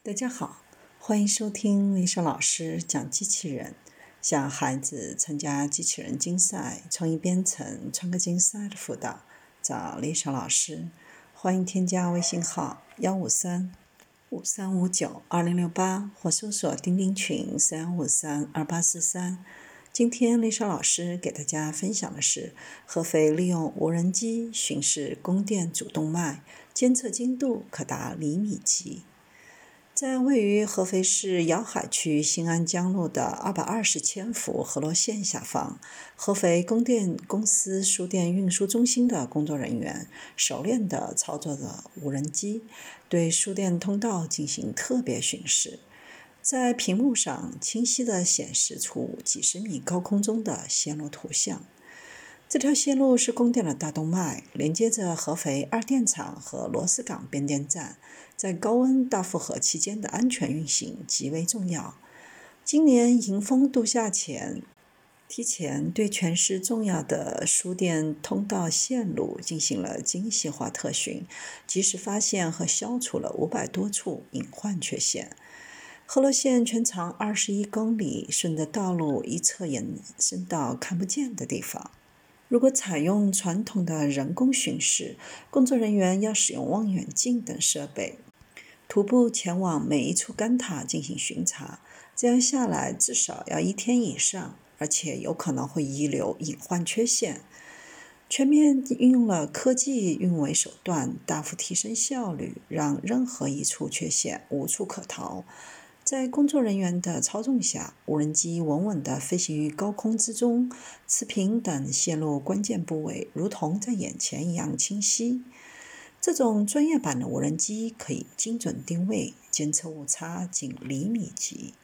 大家好，欢迎收听丽莎老师讲机器人，向孩子参加机器人竞赛、创意编程、创客竞赛的辅导，找丽莎老师。欢迎添加微信号153-5359-2068或搜索钉钉群31532843。今天丽莎老师给大家分享的是，合肥利用无人机巡视供电主动脉，监测精度可达厘米级。在位于合肥市瑶海区新安江路的220千伏河洛线下方，合肥供电公司输电运输中心的工作人员熟练地操作着无人机，对输电通道进行特别巡视。在屏幕上清晰地显示出几十米高空中的线路图像。这条线路是供电的大动脉，连接着合肥二电厂和螺丝港变电站，在高温大负荷期间的安全运行极为重要。今年迎风度夏前，提前对全市重要的输电通道线路进行了精细化特巡，及时发现和消除了500多处隐患缺陷。河洛线全长21公里，顺着道路一侧延伸到看不见的地方。如果采用传统的人工巡视，工作人员要使用望远镜等设备，徒步前往每一处干塔进行巡查，这样下来至少要1天以上，而且有可能会遗留隐患缺陷。全面运用了科技运维手段，大幅提升效率，让任何一处缺陷无处可逃。在工作人员的操纵下，无人机稳稳地飞行于高空之中，磁频等线路关键部位如同在眼前一样清晰。这种专业版的无人机可以精准定位，监测误差仅厘米级。